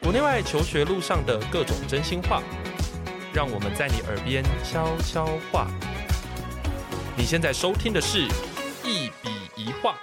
国内外求学路上的各种真心话，让我们在你耳边悄悄话。你现在收听的是一笔一画。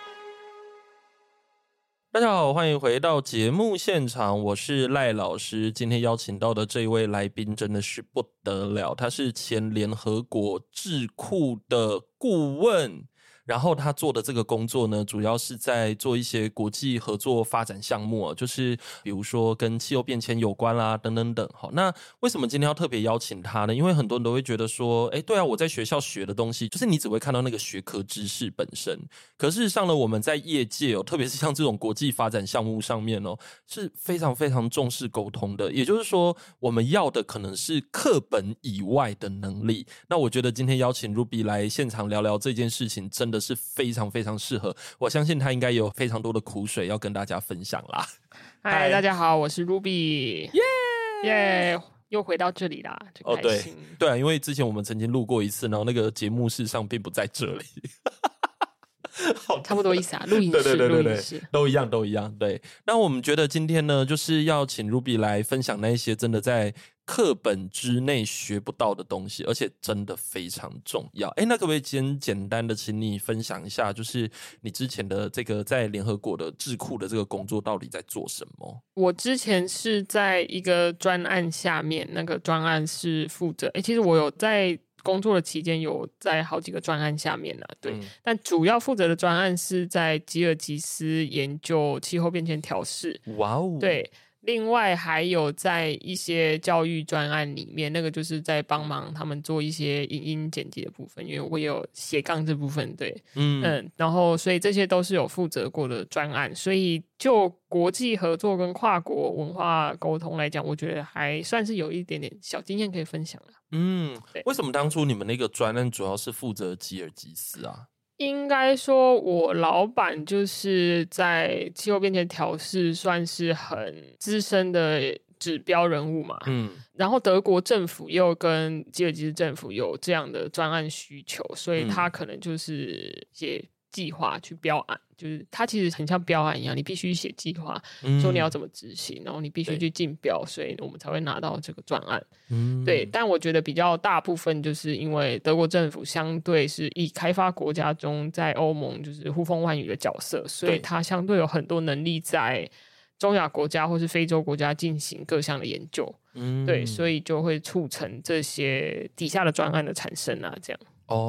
大家好，欢迎回到节目现场，我是赖老师。今天邀请到的这位来宾真的是不得了，他是前联合国智库的顾问。然后他做的这个工作呢，主要是在做一些国际合作发展项目就是比如说跟气候变迁有关啦，等等等。好，那为什么今天要特别邀请他呢？因为很多人都会觉得说，对啊，我在学校学的东西，就是你只会看到那个学科知识本身。可事实上呢，我们在业界特别是像这种国际发展项目上面是非常非常重视沟通的。也就是说，我们要的可能是课本以外的能力。那我觉得今天邀请 Ruby 来现场聊聊这件事情，真的是非常非常适合。我相信他应该有非常多的苦水要跟大家分享啦。 嗨，大家好，我是 Ruby。耶！又回到这里啦，真开心。 对啊，因为之前我们曾经录过一次，然后那个节目事上并不在这里。 差不多意思啊，录音室， 对，都一样。对，那我们觉得今天呢，就是要请 Ruby 来分享那一些真的在课本之内学不到的东西，而且真的非常重要。那可不可以先简单的请你分享一下，就是你之前的这个在联合国的智库的这个工作到底在做什么？ 我之前是在一个专案下面，那个专案是负责其实我有在工作的期间有在好几个专案下面对，但主要负责的专案是在吉尔吉斯研究气候变迁调试。 哇哦， 对。另外还有在一些教育专案里面，那个就是在帮忙他们做一些影音剪辑的部分，因为我也有斜杠这部分，对，然后所以这些都是有负责过的专案，所以就国际合作跟跨国文化沟通来讲，我觉得还算是有一点点小经验可以分享了。 为什么当初你们那个专案主要是负责吉尔吉斯啊？ 应该说我老板就是在气候变迁调试算是很资深的指标人物嘛，然后德国政府又跟吉尔吉斯政府有这样的专案需求，所以他可能就是写计划去标案，就是它其实很像标案一样，你必须写计划，说你要怎么执行，然后你必须去竞标，所以我们才会拿到这个专案。对，但我觉得比较大部分就是因为德国政府相对是以开发国家中在欧盟就是呼风唤雨的角色，所以它相对有很多能力在中亚国家或是非洲国家进行各项的研究。对，所以就会促成这些底下的专案的产生这样。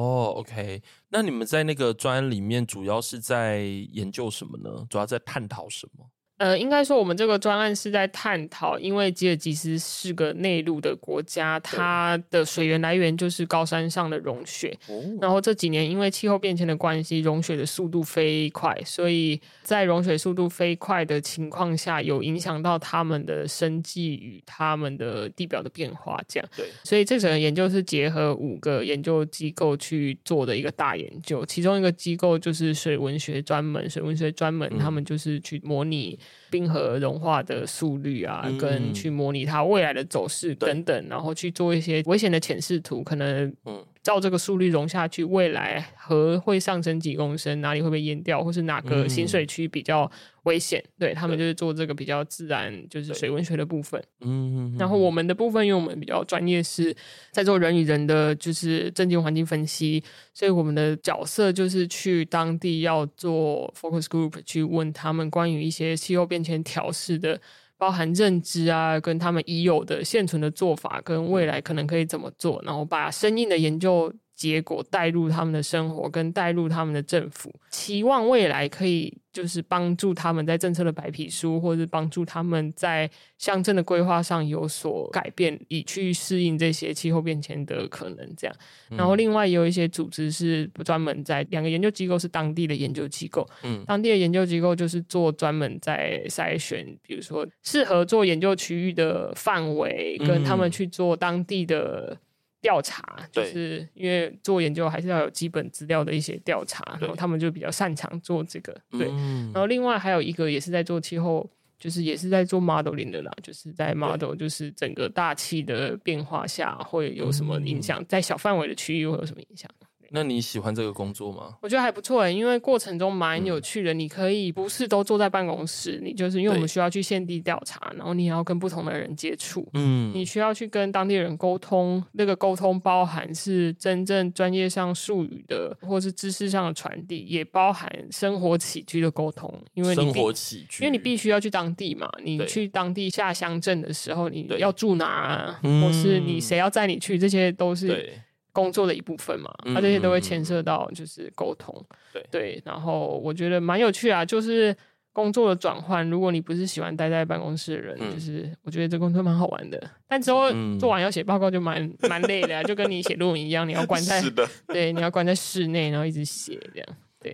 OK， 那你们在那个专案里面主要是在研究什么呢？主要在探讨什么？ 应该说我们这个专案是在探讨，因为吉尔吉斯是个内陆的国家，它的水源来源就是高山上的融雪，然后这几年因为气候变迁的关系，融雪的速度飞快，所以在融雪速度飞快的情况下，有影响到他们的生计与他们的地表的变化这样。 对， 所以这整个研究是结合5个研究机构去做的一个大研究，其中一个机构就是水文学专门，他们就是去模拟冰河融化的速率跟去模拟它未来的走势等等，然后去做一些危险的潜势图，可能照这个速率融下去，未来河会上升几公升，哪里会被淹掉，或是哪个新水区比较危险。对，他们就是做这个比较自然就是水文学的部分。然后我们的部分因为我们比较专业是在做人与人的就是政经环境分析，所以我们的角色就是去当地要做 focus group 去问他们关于一些气候变迁调试的包含认知跟他们已有的现存的做法跟未来可能可以怎么做，然后把生硬的研究结果带入他们的生活跟带入他们的政府，期望未来可以就是帮助他们在政策的白皮书或者帮助他们在乡镇的规划上有所改变，以去适应这些气候变迁的可能这样。然后另外也有一些组织是专门在2个研究机构是当地的研究机构，当地的研究机构就是做专门在筛选比如说适合做研究区域的范围，跟他们去做当地的调查，就是因为做研究还是要有基本资料的一些调查，然后他们就比较擅长做这个。对，然后另外还有一个也是在做气候，就是也是在做 modeling 的啦，就是在 model 就是整个大气的变化下会有什么影响，在小范围的区域会有什么影响。 那你喜欢这个工作吗？ 我觉得还不错因为过程中蛮有趣的，你可以不是都坐在办公室，你就是因为我们需要去现地调查，然后你也要跟不同的人接触，你需要去跟当地人沟通，那个沟通包含是真正专业上术语的或是知识上的传递，也包含生活起居的沟通，因为生活起居， 因为你必须要去当地嘛，你去当地下乡镇的时候，你要住哪啊，或是你谁要载你去，这些都是工作的一部分嘛，这些都会牵涉到就是沟通，对，然后我觉得蛮有趣啊，就是工作的转换，如果你不是喜欢待在办公室的人，就是我觉得这工作蛮好玩的，但之后做完要写报告就蛮累的就跟你写论文一样，你要关在是的， 对，你要关在室内，然后一直写这样，对。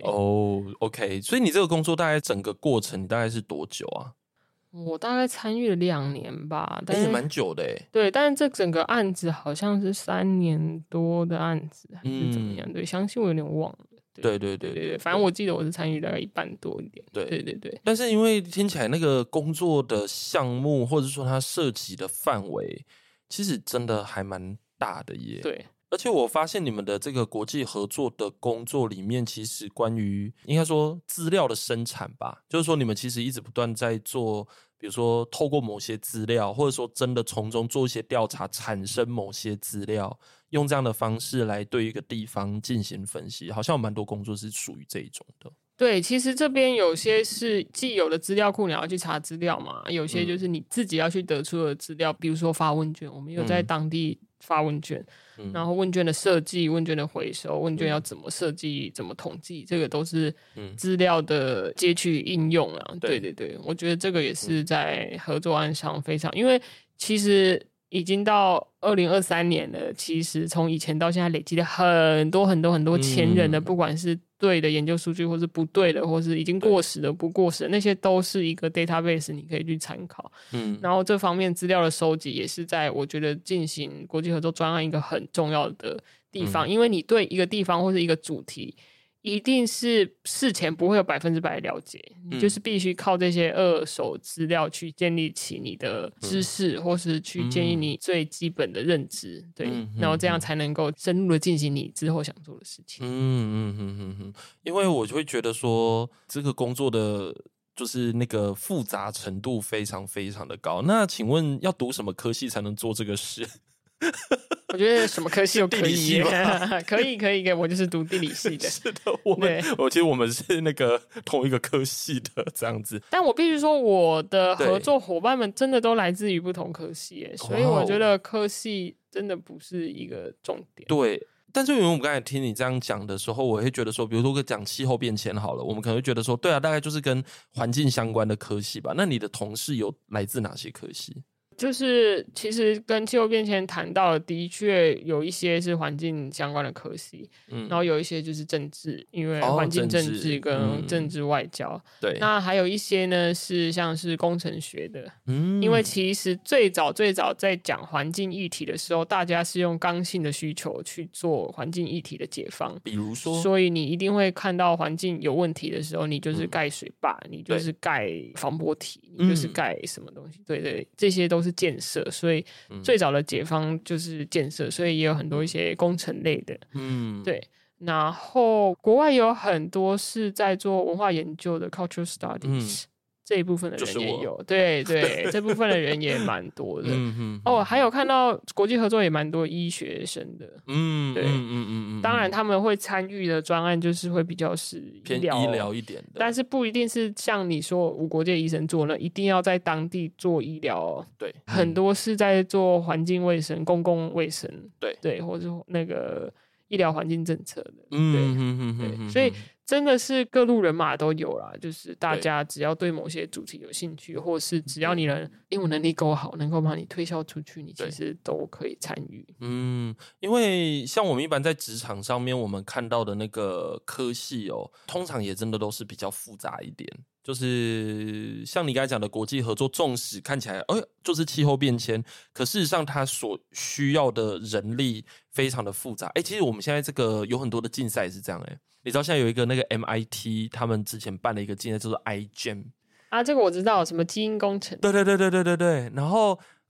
OK， 所以你这个工作大概整个过程你大概是多久啊？ 我大概参与了2年吧，但是也蛮久的对，但是这整个案子好像是3年多的案子，还是怎么样？对，详细我有点忘了。对，反正我记得我是参与大概1半多一点。对。 但是因为听起来那个工作的项目，或者说它涉及的范围，其实真的还蛮大的耶。 对。 而且我发现你们的这个国际合作的工作里面，其实关于应该说资料的生产吧，就是说你们其实一直不断在做，比如说透过某些资料，或者说真的从中做一些调查，产生某些资料，用这样的方式来对一个地方进行分析，好像有蛮多工作是属于这一种的。 对，其实这边有些是既有的资料库，你要去查资料嘛；有些就是你自己要去得出的资料，比如说发问卷，我们有在当地发问卷，然后问卷的设计、问卷的回收、问卷要怎么设计、怎么统计，这个都是资料的截取应用啊。对，我觉得这个也是在合作案上非常，因为其实已经到2023年了，其实从以前到现在累积了很多前人的，不管是对的研究数据，或是不对的，或是已经过时的、不过时的，那些都是一个 database， 你可以去参考。然后这方面资料的收集也是在我觉得进行国际合作专案一个很重要的地方，因为你对一个地方或是一个主题，一定是事前不会有100%的了解，你就是必须靠这些二手资料去建立起你的知识，或是去建立你最基本的认知，对，然后这样才能够深入的进行你之后想做的事情。 因为我就会觉得说这个工作的就是那个复杂程度非常非常的高。那请问要读什么科系才能做这个事？ 我觉得什么科系都可以可以，我就是读地理系的。 是的，其实我们是那个同一个科系的这样子。 但我必须说，我的合作伙伴们真的都来自于不同科系，所以我觉得科系真的不是一个重点。 对。但是因为我们刚才听你这样讲的时候，我会觉得说，比如说讲气候变迁好了，我们可能会觉得说，对啊，大概就是跟环境相关的科系吧。那你的同事有来自哪些科系？ 就是其实跟气候变迁谈到的确有一些是环境相关的科系，然后有一些就是政治，因为环境政治跟政治外交， 对， 那还有一些呢是像是工程学的，因为其实最早在讲环境议题的时候，大家是用刚性的需求去做环境议题的解放， 比如说， 所以你一定会看到环境有问题的时候，你就是盖水坝，你就是盖防波堤，你就是盖什么东西，对，这些都是建设，所以最早的解放就是建设，所以也有很多一些工程类的，对。然后国外有很多是在做文化研究的 cultural studies，这一部分的人也有，对，这部分的人也蛮多的。还有看到国际合作也蛮多医学生的，对，当然他们会参与的专案就是会比较是偏医疗一点的， 但是不一定是像你说无国界医生做呢，一定要在当地做医疗， 对， 很多是在做环境卫生、公共卫生，对，或者那个医疗环境政策的，对，所以真的是各路人马都有啦，就是大家只要对某些主题有兴趣，或是只要你的英文能力够好，能够把你推销出去，你其实都可以参与。 因为像我们一般在职场上面，我们看到的那个科系通常也真的都是比较复杂一点。就是像你刚才讲的国际合作，纵使看起来就是气候变迁，可事实上它所需要的人力非常的复杂。其实我们现在这个有很多的竞赛是这样你知道现在有一个那个 MIT 他们之前办了一个竞赛叫做 iGEM 啊，这个我知道，什么基因工程， 对，然后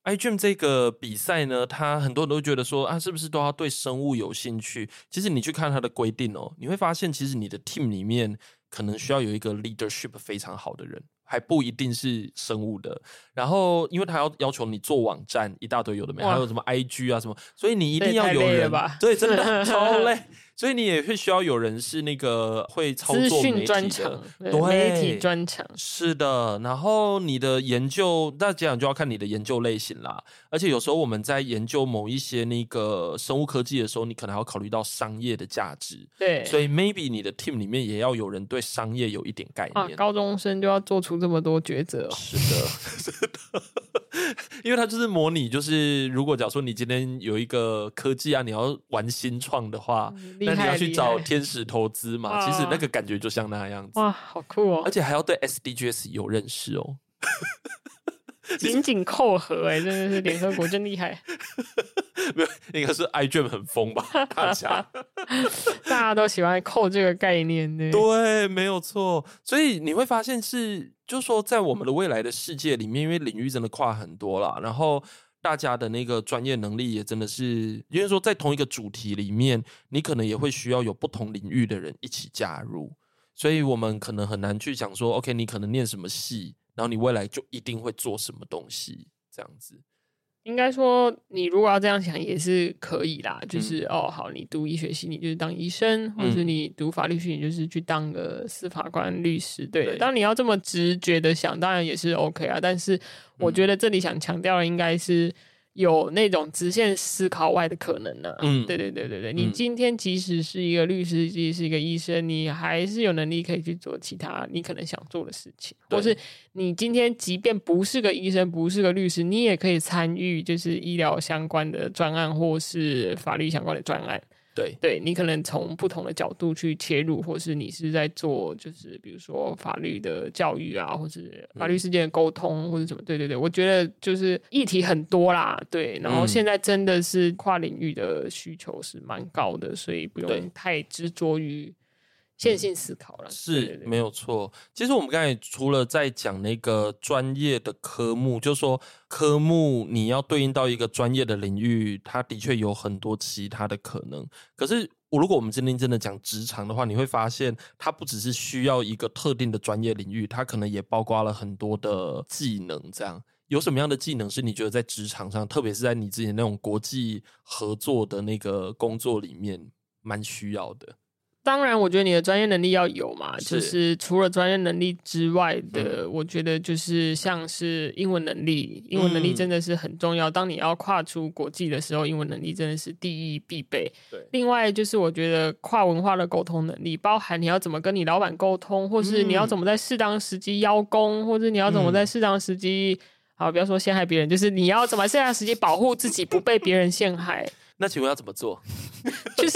iGEM 这个比赛呢，他很多人都觉得说啊，是不是都要对生物有兴趣？其实你去看它的规定哦，你会发现，其实你的 team 里面可能需要有一个 leadership 非常好的人，还不一定是生物的。然后，因为他要求你做网站一大堆有的没，还有什么 IG 啊什么，所以你一定要有人吧？ 对，真的超累。所以你也会需要有人是那个会操作媒体专的， 对，媒体专长是的。然后你的研究，那这样就要看你的研究类型啦。而且有时候我们在研究某一些那个生物科技的时候，你可能还要考虑到商业的价值。 对， 所以 maybe 你的 team 里面也要有人对商业有一点概念。 高中生就要做出这么多抉择是的，是的。因为它就是模拟，就是如果假如说你今天有一个科技啊，你要玩新创的话，那你要去找天使投资嘛，其实那个感觉就像那样子。 哇，好酷哦！ 而且还要对 SDGs 有认识哦， 紧紧扣合真的是联合国真厉害。 没有，应该是 iGEM 很疯吧？大家都喜欢扣这个概念的。 对，没有错。所以你会发现是，就是说在我们的未来的世界里面，因为领域真的跨很多啦，然后大家的那个专业能力也真的是，因为说在同一个主题里面，你可能也会需要有不同领域的人一起加入，所以我们可能很难去讲说 OK 你可能念什么系，然后你未来就一定会做什么东西这样子。 应该说你如果要这样想也是可以啦，就是好，你读医学系你就是当医生，或者是你读法律系你就是去当个司法官律师。对，当你要这么直觉的想当然也是 OK 啊，但是我觉得这里想强调的应该是有那种直线思考外的可能呢。对，你今天即使是一个律师，即使是一个医生，你还是有能力可以去做其他你可能想做的事情，或是你今天即便不是个医生，不是个律师，你也可以参与就是医疗相关的专案或是法律相关的专案。对，你可能从不同的角度去切入，或是你是在做就是比如说法律的教育啊，或是法律事件的沟通或者什么。对，我觉得就是议题很多啦。对，然后现在真的是跨领域的需求是蛮高的，所以不用太执着于线性思考了。 是没有错。其实我们刚才除了在讲那个专业的科目，就是说科目你要对应到一个专业的领域，它的确有很多其他的可能。可是如果我们今天真的讲职场的话，你会发现它不只是需要一个特定的专业领域，它可能也包括了很多的技能。这样有什么样的技能是你觉得在职场上，特别是在你之前那种国际合作的那个工作里面蛮需要的？ 当然我觉得你的专业能力要有嘛，就是除了专业能力之外的，我觉得就是像是英文能力，英文能力真的是很重要。当你要跨出国际的时候，英文能力真的是第一必备。 对， 另外就是我觉得跨文化的沟通能力，包含你要怎么跟你老板沟通，或是你要怎么在适当时机邀功，或者你要怎么在适当时机好，不要说陷害别人，就是你要怎么适当时机保护自己不被别人陷害。 那请问要怎么做？ 就是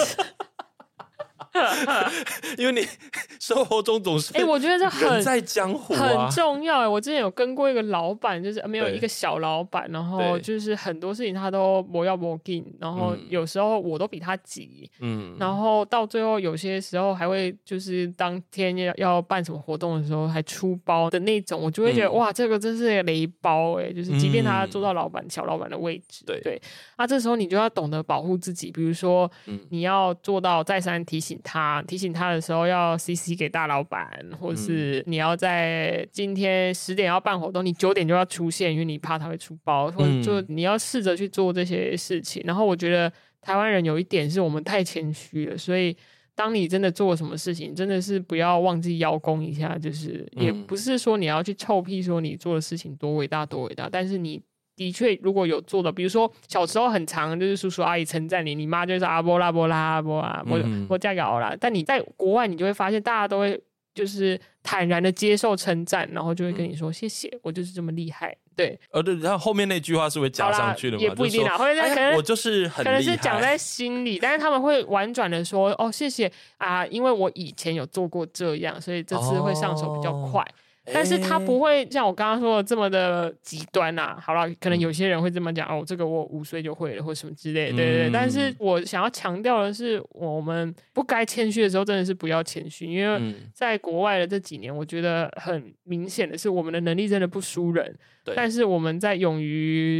因为你生活中总是我觉得这人在江湖很重要。我之前有跟过一个老板，就是没有一个小老板，然后就是很多事情他都不要不进，然后有时候我都比他急，然后到最后有些时候还会就是当天要办什么活动的时候还出包的那种，我就会觉得哇，这个真是雷包就是即便他做到老板小老板的位置，对，这时候你就要懂得保护自己，比如说你要做到再三提醒他的时候要 CC 给大老板，或是你要在今天10点要办活动，你9点就要出现，因为你怕他会出包，或者就你要试着去做这些事情。然后我觉得台湾人有一点是我们太谦虚了，所以当你真的做了什么事情，真的是不要忘记邀功一下，就是也不是说你要去臭屁说你做的事情多伟大多伟大，但是你的确如果有做的，比如说小时候很常就是叔叔阿姨称赞你，你妈就是阿波拉波拉阿波啊，我嫁给奥拉。但你在国外，你就会发现大家都会就是坦然的接受称赞，然后就会跟你说谢谢，我就是这么厉害。对， 对，然后后面那句话是会加上去的吗？ 也不一定啦，会可能我就是很厉害， 可能是讲在心里，但是他们会婉转的说哦谢谢啊，因为我以前有做过这样，所以这次会上手比较快。但是他不会像我刚刚说的这么的极端啊。好了，可能有些人会这么讲这个我5岁就会了或什么之类的，对。但是我想要强调的是，我们不该谦虚的时候真的是不要谦虚，因为在国外的这几年我觉得很明显的是我们的能力真的不输人，但是我们在勇于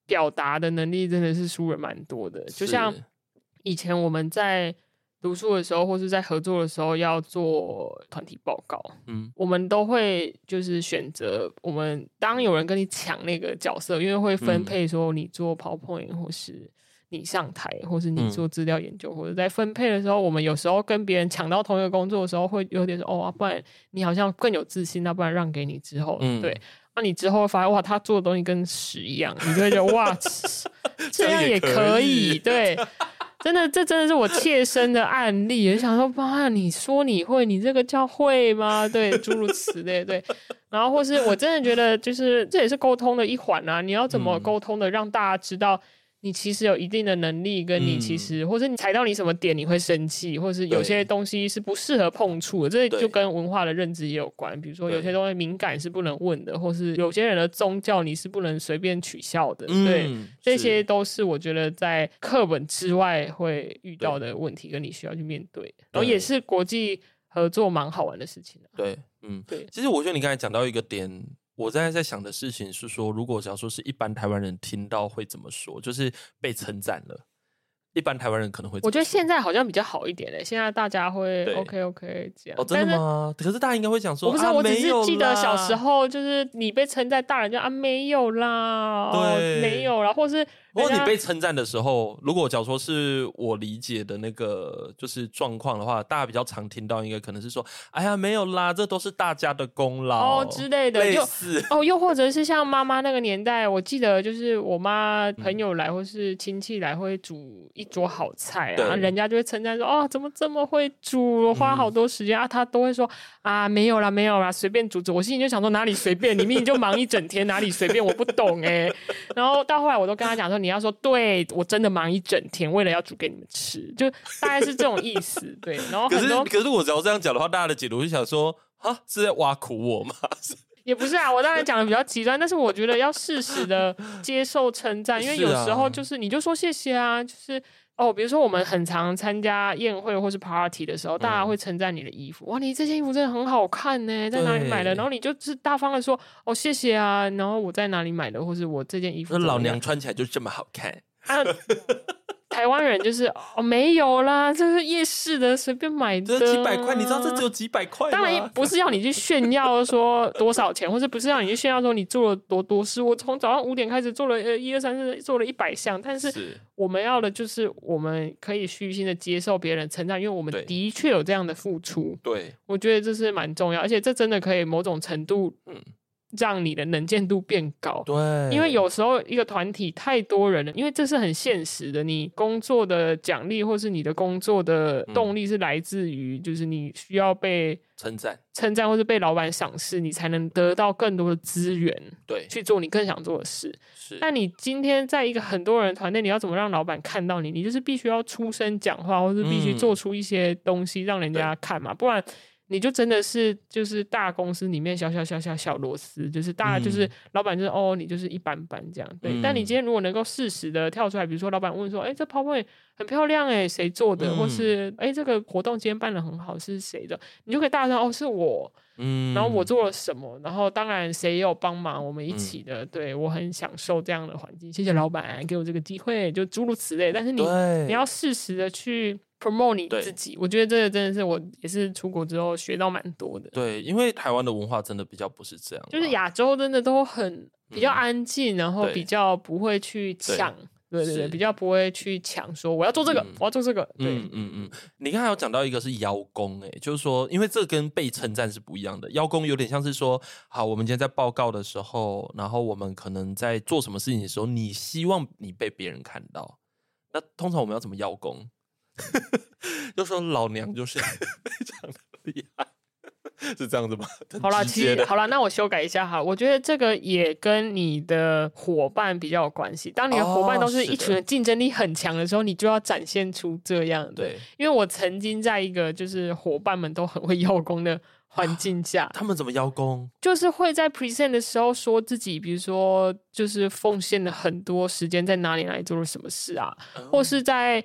表达的能力真的是输人蛮多的。就像以前我们在读书的时候或是在合作的时候要做团体报告，我们都会就是选择我们当有人跟你抢那个角色，因为会分配说你做 PowerPoint 或是你上台或是你做资料研究，或者在分配的时候我们有时候跟别人抢到同一个工作的时候会有点说不然你好像更有自信，那不然让给你之后，对，那你之后发现哇他做的东西跟屎一样，你就会觉得哇这样也可以，对，真的，这真的是我切身的案例。就想说，妈，你说你会，你这个叫会吗？对，诸如此类，对。然后或是我真的觉得，就是这也是沟通的一环啊。你要怎么沟通的，让大家知道你其实有一定的能力，跟你其实，或是你踩到你什么点你会生气，或是有些东西是不适合碰触的，这就跟文化的认知也有关。比如说有些东西敏感是不能问的，或是有些人的宗教你是不能随便取笑的，对，这些都是我觉得在课本之外会遇到的问题，跟你需要去面对，然后也是国际合作蛮好玩的事情。 对，对。其实我觉得你刚才讲到一个点。我在想的事情是说，如果假如说是一般台湾人听到会怎么说，就是被称赞了，一般台湾人可能会怎么说， 我觉得现在好像比较好一点现在大家会 OK 这样。 真的吗？可是大家应该会讲说， 我不知道，我只是记得小时候就是你被称赞，大人就没有啦，对，没有啦，或是如果你被称赞的时候，如果假如说是我理解的那个就是状况的话，大家比较常听到应该可能是说，哎呀没有啦，这都是大家的功劳之类的， 类似又或者是像妈妈那个年代，我记得就是我妈朋友来或是亲戚来会煮一桌好菜啊，人家就会称赞说怎么这么会煮，花好多时间她都会说没有啦，随便煮。我心里就想说哪里随便，你明明就忙一整天，哪里随便，我不懂然后到后来我都跟她讲说，你要说对我真的忙一整天，为了要煮给你们吃，就大概是这种意思。对，然后可是我只要这样讲的话，大家的解读就想说是在挖苦我吗？ 也不是啊，我当然讲的比较极端，但是我觉得要适时的接受称赞，因为有时候就是你就说谢谢啊，就是比如说我们很常参加宴会或是 party 的时候，大家会称赞你的衣服，哇，你这件衣服真的很好看呢，在哪里买的？然后你就是大方的说谢谢啊，然后我在哪里买的，或是我这件衣服老娘穿起来就这么好看台湾人就是没有啦，这是夜市的随便买的， 这几百块，你知道这只有几百块吗？ 当然不是要你去炫耀说多少钱，或者不是要你去炫耀说你做了多事。我从早上5点开始做了1、2、3、4做了100项，但是我们要的就是我们可以虚心的接受别人称赞，因为我们的确有这样的付出。对，我觉得这是蛮重要，而且这真的可以某种程度让你的能见度变高。对，因为有时候一个团体太多人了，因为这是很现实的，你工作的奖励或是你的工作的动力是来自于就是你需要被称赞或是被老板赏识，你才能得到更多的资源，对，去做你更想做的事。是，但你今天在一个很多人团队，你要怎么让老板看到你？你就是必须要出声讲话，或是必须做出一些东西让人家看嘛，不然你就真的是就是大公司里面小螺丝，就是大家就是老板就是你就是一般般这样。对，但你今天如果能够适时的跳出来，比如说老板问说这 PowerPoint 很漂亮谁做的，或是这个活动今天办得很好是谁的，你就可以大声是我，然后我做了什么，然后当然谁也有帮忙，我们一起的，对，我很享受这样的环境，谢谢老板给我这个机会，就诸如此类。但是你要适时的去promote 你自己，我觉得这个真的是我也是出国之后学到蛮多的。 对，因为台湾的文化真的比较不是这样， 就是亚洲真的都很比较安静，然后比较不会去抢。对，比较不会去抢说我要做这个，我要做这个。对， 你刚才有讲到一个是邀功，就是说，因为这跟被称赞是不一样的。邀功有点像是说，好，我们今天在报告的时候，然后我们可能在做什么事情的时候，你希望你被别人看到，那通常我们要怎么邀功？就说老娘就是非常的厉害。是这样子吗？ 好啦，那我修改一下哈。我觉得这个也跟你的伙伴比较有关系。当你的伙伴都是一群人竞争力很强的时候，你就要展现出这样的。对，因为我曾经在一个就是伙伴们都很会邀功的环境下， 他们怎么邀功？ 就是会在 present 的时候说自己，比如说就是奉献了很多时间在哪里做了什么事啊，或是在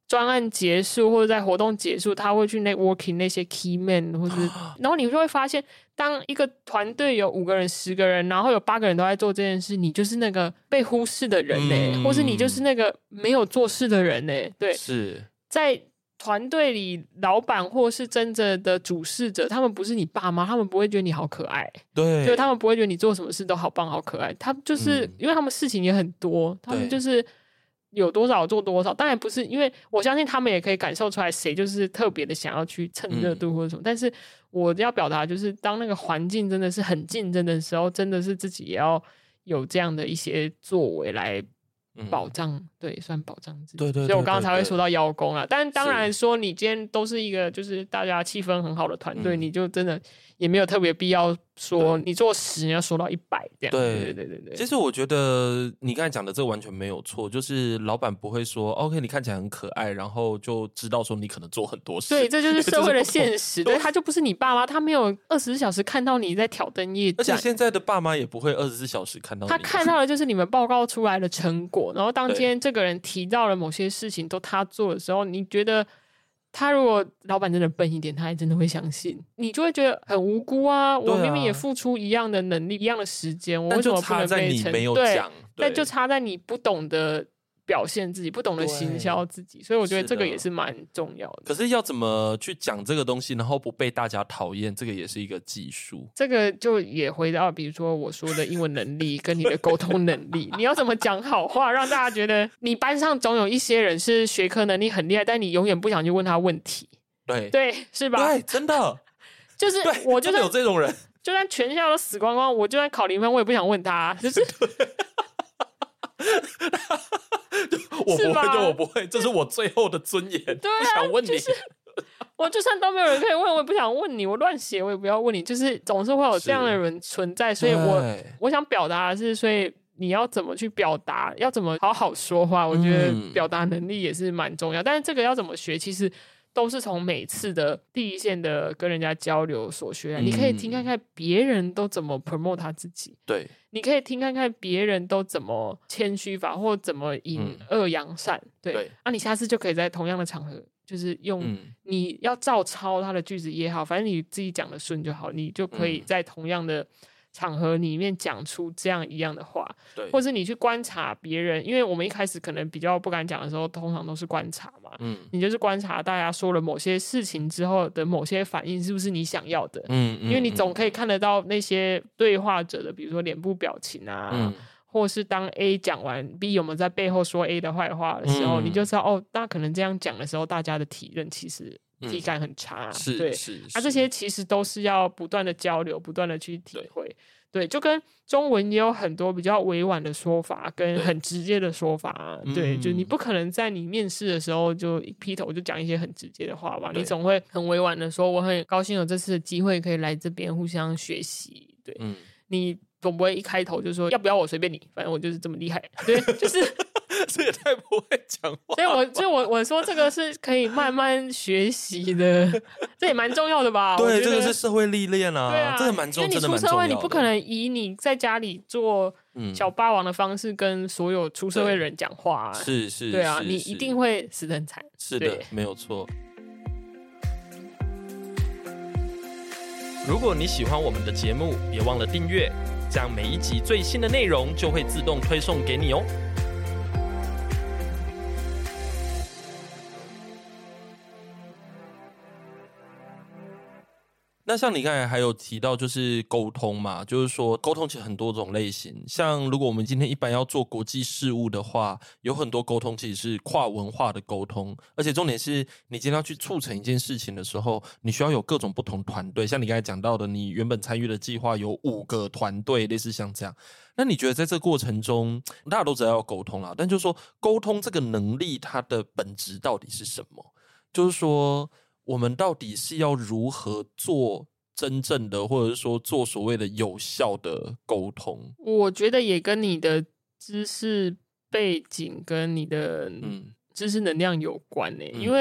专案结束或者在活动结束，他会去 networking 那些 key man， 或是然后你就会发现，当一个团队有5个人、10个人，然后有8个人都在做这件事，你就是那个被忽视的人或是你就是那个没有做事的人对， 是在团队里，老板或是真正的主事者，他们不是你爸妈，他们不会觉得你好可爱， 对， 就他们不会觉得你做什么事都好棒好可爱，他们就是因为他们事情也很多，他们就是有多少做多少，当然不是，因为我相信他们也可以感受出来谁就是特别的想要去蹭热度或者什么，但是我要表达就是当那个环境真的是很竞争的时候，真的是自己也要有这样的一些作为来保障，对，算保障自己。 对， 所以我刚刚才会说到邀功啦。但当然说，你今天都是一个就是大家气氛很好的团队，你就真的也没有特别必要说你做10你要说到100这样。对。 其实我觉得你刚才讲的这个完全没有错，就是老板不会说 OK 你看起来很可爱，然后就知道说你可能做很多事。 对，这就是社会的现实。对，他就不是你爸妈，他没有24小时看到你在挑灯夜战。 而且现在的爸妈也不会24小时看到你， 他看到的就是你们报告出来的成果。然后当今天这个人提到了某些事情都他做的时候，你觉得他如果老板真的笨一点，他还真的会相信，你就会觉得很无辜啊！我明明也付出一样的能力、一样的时间，我为什么不能被你没有讲？ 但就差在你不懂得表现自己，不懂得行销自己，所以我觉得这个也是蛮重要的。 可是要怎么去讲这个东西，然后不被大家讨厌，这个也是一个技术。 这个就也回到比如说我说的英文能力跟你的沟通能力，你要怎么讲好话，让大家觉得你班上总有一些人是学科能力很厉害，但你永远不想去问他问题。对，是吧？ 对，真的就是我就算有这种人， 就算全校都死光光，我就算考0分，我也不想问他，就是我不会，这是我最后的尊严，不想问你。 我就算都没有人可以问，我也不想问你。我乱写，我也不要问你。就是总是会有这样的人存在，所以我想表达的是，所以你要怎么去表达，要怎么好好说话，我觉得表达能力也是蛮重要。但是这个要怎么学，其实都是从每次的第一线的跟人家交流所学来。你可以听看看别人都怎么 promote 他自己， 对， 你可以听看看别人都怎么谦虚法，或怎么引恶扬善，对，那你下次就可以在同样的场合，就是用你要照抄他的句子也好，反正你自己讲的顺就好，你就可以在同样的场合里面讲出这样一样的话，对，或是你去观察别人，因为我们一开始可能比较不敢讲的时候，通常都是观察嘛，你就是观察大家说了某些事情之后的某些反应是不是你想要的，因为你总可以看得到那些对话者的，比如说脸部表情啊，或是当 A 讲完 B 有没有在背后说 A 的坏话的时候，你就知道哦，那可能这样讲的时候，大家的体认其实体感很差，对，这些其实都是要不断的交流，不断的去体会，对，就跟中文也有很多比较委婉的说法，跟很直接的说法，对，就你不可能在你面试的时候就一劈头就讲一些很直接的话吧，你总会很委婉的说，我很高兴有这次的机会可以来这边互相学习，对，你总不会一开头就说要不要我随便你，反正我就是这么厉害，对，就是这也太不会讲话。 所以我说这个是可以慢慢学习的，这也蛮重要的吧？ 对，这个是社会历练啊，对啊，这个蛮重要的。 因为你出社会，你不可能以你在家里做小霸王的方式跟所有出社会的人讲话， 是， 对啊，你一定会死得很惨。 是的，没有错。如果你喜欢我们的节目，别忘了订阅，这样每一集最新的内容就会自动推送给你哦。那像你刚才还有提到就是沟通嘛，就是说沟通其实很多种类型，像如果我们今天一般要做国际事务的话，有很多沟通其实是跨文化的沟通，而且重点是你今天要去促成一件事情的时候，你需要有各种不同团队，像你刚才讲到的，你原本参与的计划有5个团队，类似像这样。那你觉得在这个过程中，大家都知道要沟通啦，但就是说沟通这个能力它的本质到底是什么？就是说我们到底是要如何做真正的，或者是说做所谓的有效的沟通？ 我觉得也跟你的知识背景跟你的知识能量有关因为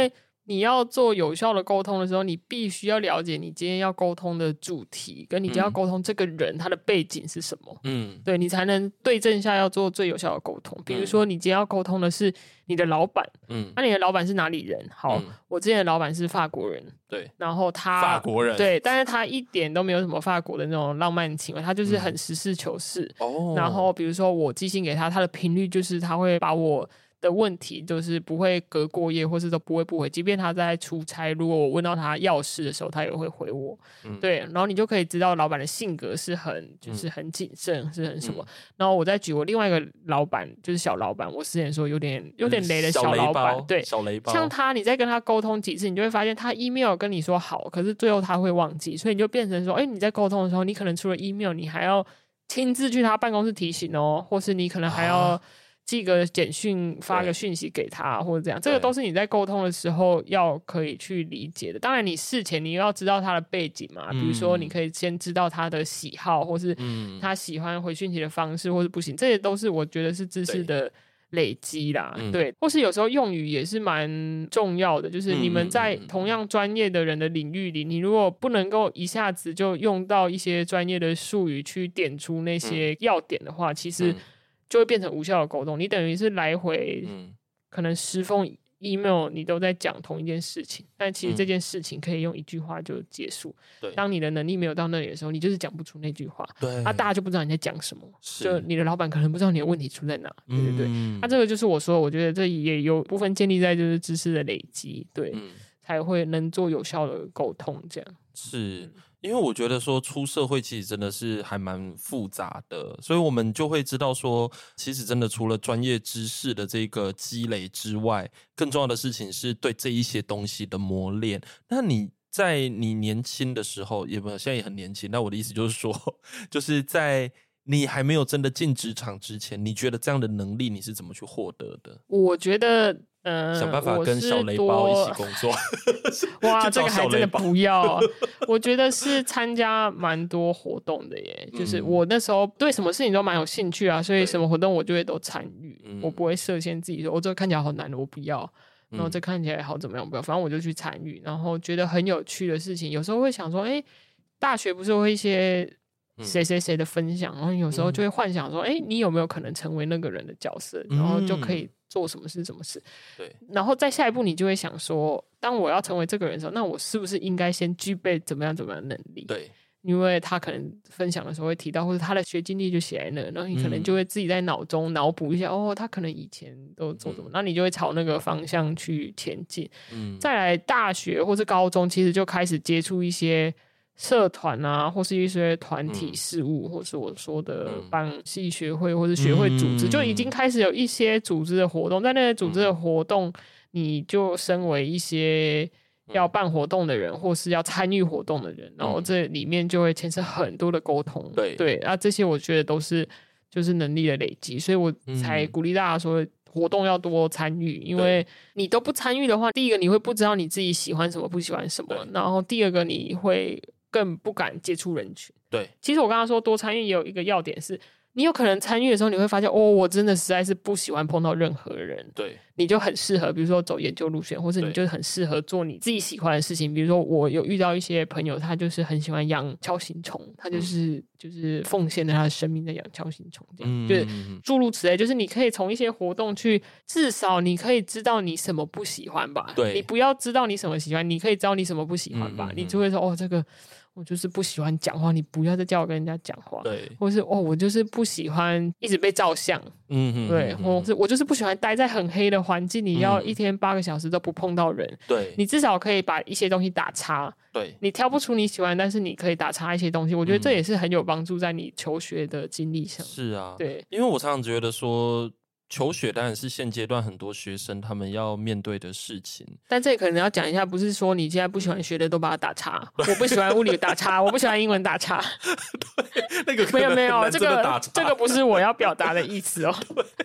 你要做有效的沟通的时候，你必须要了解你今天要沟通的主题，跟你今天要沟通这个人他的背景是什么。对，你才能对症下药做最有效的沟通。比如说你今天要沟通的是你的老板，那你的老板是哪里人？好，我之前的老板是法国人， 对， 然后他法国人， 对，但是他一点都没有什么法国的那种浪漫情怀，他就是很实事求是。然后比如说我寄信给他，他的频率就是他会把我的问题就是不会隔过夜，或是都不会不回，即便他在出差，如果我问到他要事的时候，他也会回我。对，然后你就可以知道老板的性格是就是很谨慎，是很什么。然后我再举我另外一个老板，就是小老板，我之前说有点雷的小老板，对， 小雷包。 像他，你再跟他沟通几次，你就会发现他 email 跟你说好，可是最后他会忘记，所以你就变成说，你在沟通的时候，你可能除了 email， 你还要亲自去他办公室提醒哦，或是你可能还要寄个简讯发个讯息给他或者这样，这个都是你在沟通的时候要可以去理解的。当然你事前你要知道他的背景嘛，比如说你可以先知道他的喜好，或是他喜欢回讯息的方式，或是不行，这些都是我觉得是知识的累积啦。对，或是有时候用语也是蛮重要的，就是你们在同样专业的人的领域里，你如果不能够一下子就用到一些专业的术语去点出那些要点的话，其实就会变成无效的沟通。你等于是来回可能10封 email 你都在讲同一件事情，但其实这件事情可以用一句话就结束。当你的能力没有到那里的时候，你就是讲不出那句话，大家就不知道你在讲什么，就你的老板可能不知道你的问题出在哪。对对对，这个就是我说我觉得这也有部分建立在就是知识的累积，对，才会能做有效的沟通。这样是因为我觉得说出社会其实真的是还蛮复杂的，所以我们就会知道说，其实真的除了专业知识的这个积累之外，更重要的事情是对这一些东西的磨练。那你在你年轻的时候，也不现在也很年轻，那我的意思就是说，就是在你还没有真的进职场之前，你觉得这样的能力你是怎么去获得的？ 我觉得想办法跟小雷包一起工作。 哇，这个还真的不要。我觉得是参加蛮多活动的耶，就是我那时候对什么事情都蛮有兴趣啊，所以什么活动我就会都参与。我不会设限自己说，这个看起来好难的我不要，然后这看起来好怎么样我不要，反正我就去参与，然后觉得很有趣的事情。有时候会想说，大学不是会一些谁谁谁的分享，然后有时候就会幻想说，你有没有可能成为那个人的角色，然后就可以做什么事什么事。对，然后再下一步你就会想说，当我要成为这个人的时候，那我是不是应该先具备怎么样的能力？对，因为他可能分享的时候会提到，或者他的学经历就写在那，然后你可能就会自己在脑中脑补一下，他可能以前都做什么，那你就会朝那个方向去前进。再来大学或是高中，其实就开始接触一些社团啊，或是一些团体事务，或是我说的帮系学会或是学会组织，就已经开始有一些组织的活动。在那些组织的活动，你就身为一些要办活动的人，或是要参与活动的人，然后这里面就会牵涉很多的沟通。对，这些我觉得都是就是能力的累积，所以我才鼓励大家说，活动要多参与，因为你都不参与的话，第一个你会不知道你自己喜欢什么不喜欢什么，然后第二个你会更不敢接触人群。对，其实我刚刚说多参与也有一个要点是，你有可能参与的时候，你会发现我真的实在是不喜欢碰到任何人。对，你就很适合，比如说走研究路线，或是你就很适合做你自己喜欢的事情。比如说，我有遇到一些朋友，他就是很喜欢养锹形虫，他就是奉献了他的生命在养锹形虫，这样就是诸如此类。就是你可以从一些活动去，至少你可以知道你什么不喜欢吧。对，你不要知道你什么喜欢，你可以知道你什么不喜欢吧。你就会说，这个我就是不喜欢讲话，你不要再叫我跟人家讲话。对，或是我就是不喜欢一直被照相。对，或是我就是不喜欢待在很黑的环境里，要一天8个小时都不碰到人。对，你至少可以把一些东西打叉。对，你挑不出你喜欢，但是你可以打叉一些东西。我觉得这也是很有帮助在你求学的经历上。是啊，对，因为我常常觉得说，求学当然是现阶段很多学生他们要面对的事情，但这可能要讲一下，不是说你现在不喜欢学的都把它打叉。我不喜欢物理打叉，我不喜欢英文打叉。对，那个没有，这个不是我要表达的意思哦。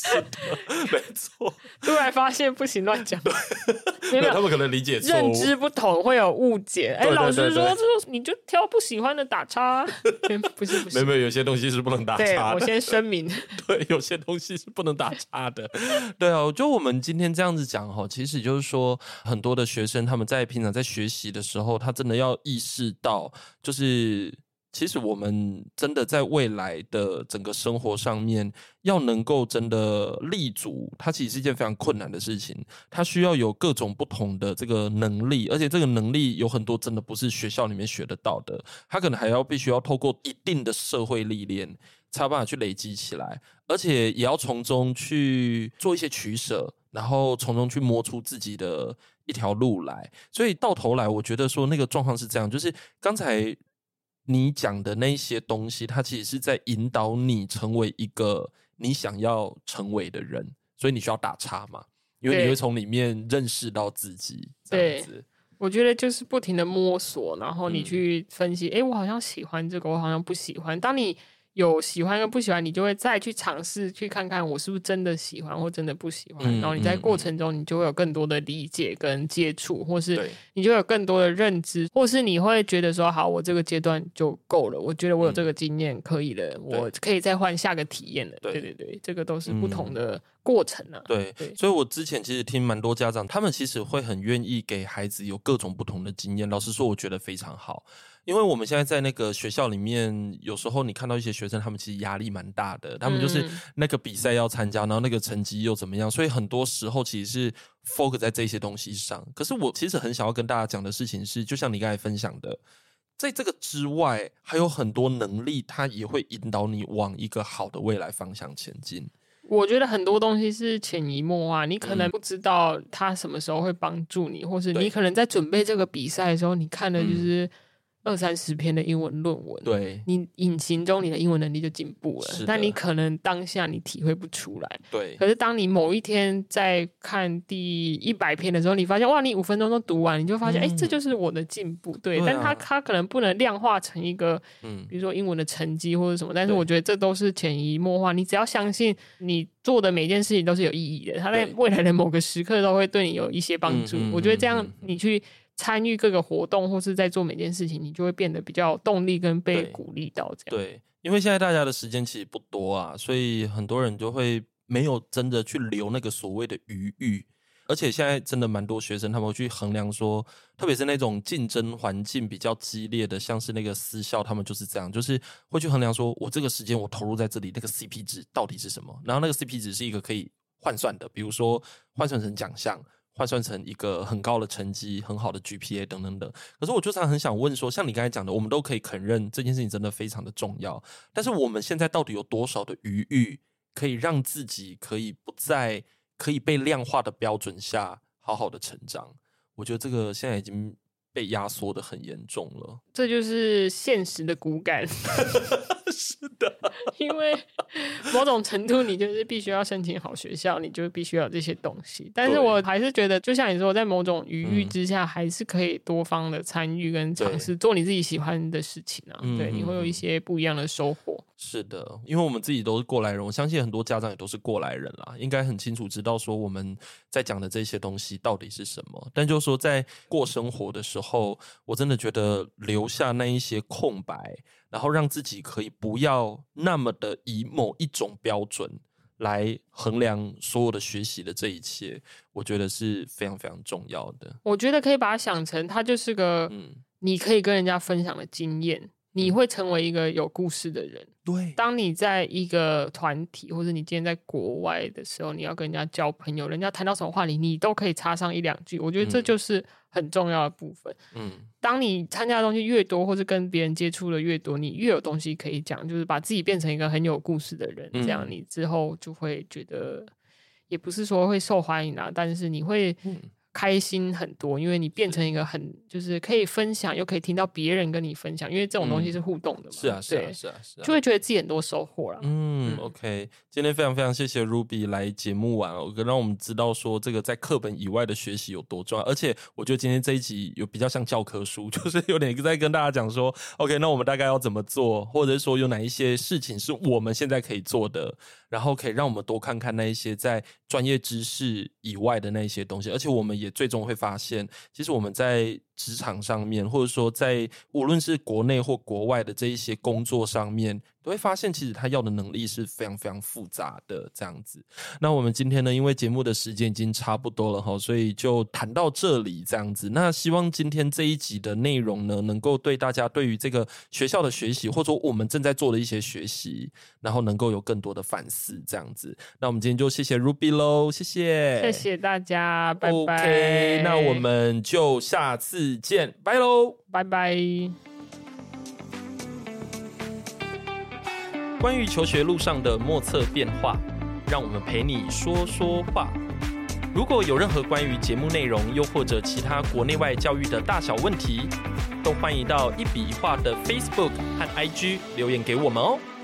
是的，没错。 突然发现不行乱讲，没有他们可能理解错误， 认知不同会有误解。哎，老师说这你就挑不喜欢的打叉，不是， 没有，有些东西是不能打叉的。 对，我先声明， 对，有些东西是不能打叉的。对啊，就我们今天这样子讲哈，其实就是说，很多的学生他们在平常在学习的时候，他真的要意识到，就是其实我们真的在未来的整个生活上面，要能够真的立足，它其实是一件非常困难的事情。它需要有各种不同的这个能力，而且这个能力有很多真的不是学校里面学得到的，它可能还必须要透过一定的社会历练，才有办法去累积起来，而且也要从中去做一些取舍，然后从中去摸出自己的一条路来。所以到头来，我觉得说那个状况是这样，就是刚才你讲的那些东西，它其实是在引导你成为一个你想要成为的人，所以你需要打叉嘛，因为你会从里面认识到自己。这样子， 我觉得就是不停的摸索，然后你去分析，我好像喜欢这个，我好像不喜欢。当你有喜欢跟不喜欢，你就会再去尝试去看看我是不是真的喜欢或真的不喜欢，然后你在过程中你就会有更多的理解跟接触，或是你就有更多的认知，或是你会觉得说好，我这个阶段就够了，我觉得我有这个经验可以了，我可以再换下个体验了。对，这个都是不同的过程啊。 对，所以我之前其实听蛮多家长，他们其实会很愿意给孩子有各种不同的经验，老实说我觉得非常好。因为我们现在在那个学校里面，有时候你看到一些学生，他们其实压力蛮大的，他们就是那个比赛要参加，然后那个成绩又怎么样，所以很多时候其实是 focus 在这些东西上。可是我其实很想要跟大家讲的事情是，就像你刚才分享的，在这个之外，还有很多能力，它也会引导你往一个好的未来方向前进。 我觉得很多东西是潜移默化，你可能不知道它什么时候会帮助你，或是你可能在准备这个比赛的时候，你看的就是20-30篇的英文论文， 对， 你隐形中你的英文能力就进步了，但你可能当下你体会不出来。 对， 可是当你某一天在看第100篇的时候，你发现哇，你5分钟都读完，你就发现这就是我的进步。对，但它可能不能量化成一个比如说英文的成绩或者什么，但是我觉得这都是潜移默化，你只要相信你做的每件事情都是有意义的，它在未来的某个时刻都会对你有一些帮助。我觉得这样你去参与各个活动或是在做每件事情，你就会变得比较有动力跟被鼓励到这样。 对，因为现在大家的时间其实不多啊，所以很多人就会没有真的去留那个所谓的余裕。而且现在真的蛮多学生他们会去衡量说，特别是那种竞争环境比较激烈的，像是那个私校，他们就是这样，就是会去衡量说我这个时间我投入在这里，那个 CP 值到底是什么，然后那个 CP 值是一个可以换算的，比如说换算成奖项，换算成一个很高的成绩，很好的 GPA 等等等。可是我就常很想问说，像你刚才讲的，我们都可以肯认这件事情真的非常的重要，但是我们现在到底有多少的余裕可以让自己可以不在可以被量化的标准下好好的成长？我觉得这个现在已经被压缩的很严重了， 这就是现实的骨感。 是的， 因为某种程度你就是必须要申请好学校，你就必须要有这些东西。但是我还是觉得，就像你说，在某种余裕之下，还是可以多方的参与跟尝试做你自己喜欢的事情啊。对，你会有一些不一样的收获。 是的，因为我们自己都是过来人，我相信很多家长也都是过来人啦，应该很清楚知道说我们在讲的这些东西到底是什么。但就是说在过生活的时候，我真的觉得留下那一些空白，然后让自己可以不要那么的以某一种标准来衡量所有的学习的这一切，我觉得是非常非常重要的。 我觉得可以把它想成它就是个你可以跟人家分享的经验，你会成为一个有故事的人。 对， 当你在一个团体或者你今天在国外的时候，你要跟人家交朋友，人家谈到什么话题你都可以插上1-2句，我觉得这就是很重要的部分。当你参加的东西越多，或是跟别人接触的越多，你越有东西可以讲，就是把自己变成一个很有故事的人，这样你之后就会觉得，也不是说会受欢迎啦，但是你会开心很多，因为你变成一个就是可以分享，又可以听到别人跟你分享，因为这种东西是互动的嘛。 是啊， 就会觉得自己很多收获啦。 OK， 今天非常非常谢谢 Ruby 来节目玩，让我们知道说这个在课本以外的学习有多重要。而且我觉得今天这一集有比较像教科书，就是有点在跟大家讲说 OK， 那我们大概要怎么做，或者是说有哪一些事情是我们现在可以做的，然后可以让我们多看看那一些在专业知识以外的那一些东西。而且我们也最终会发现，其实我们在职场上面，或者说在无论是国内或国外的这一些工作上面，都会发现其实他要的能力是非常非常复杂的这样子。那我们今天呢，因为节目的时间已经差不多了，所以就谈到这里这样子。那希望今天这一集的内容呢，能够对大家对于这个学校的学习，或者说我们正在做的一些学习，然后能够有更多的反思这样子。那我们今天就谢谢 Ruby 咯，谢谢大家，拜拜。 OK， 那我们就下次见，拜咯， 拜拜。 关于求学路上的莫测变化，让我们陪你说说话。如果有任何关于节目内容，又或者其他国内外教育的大小问题，都欢迎到一笔一画的 Facebook 和 IG 留言给我们哦。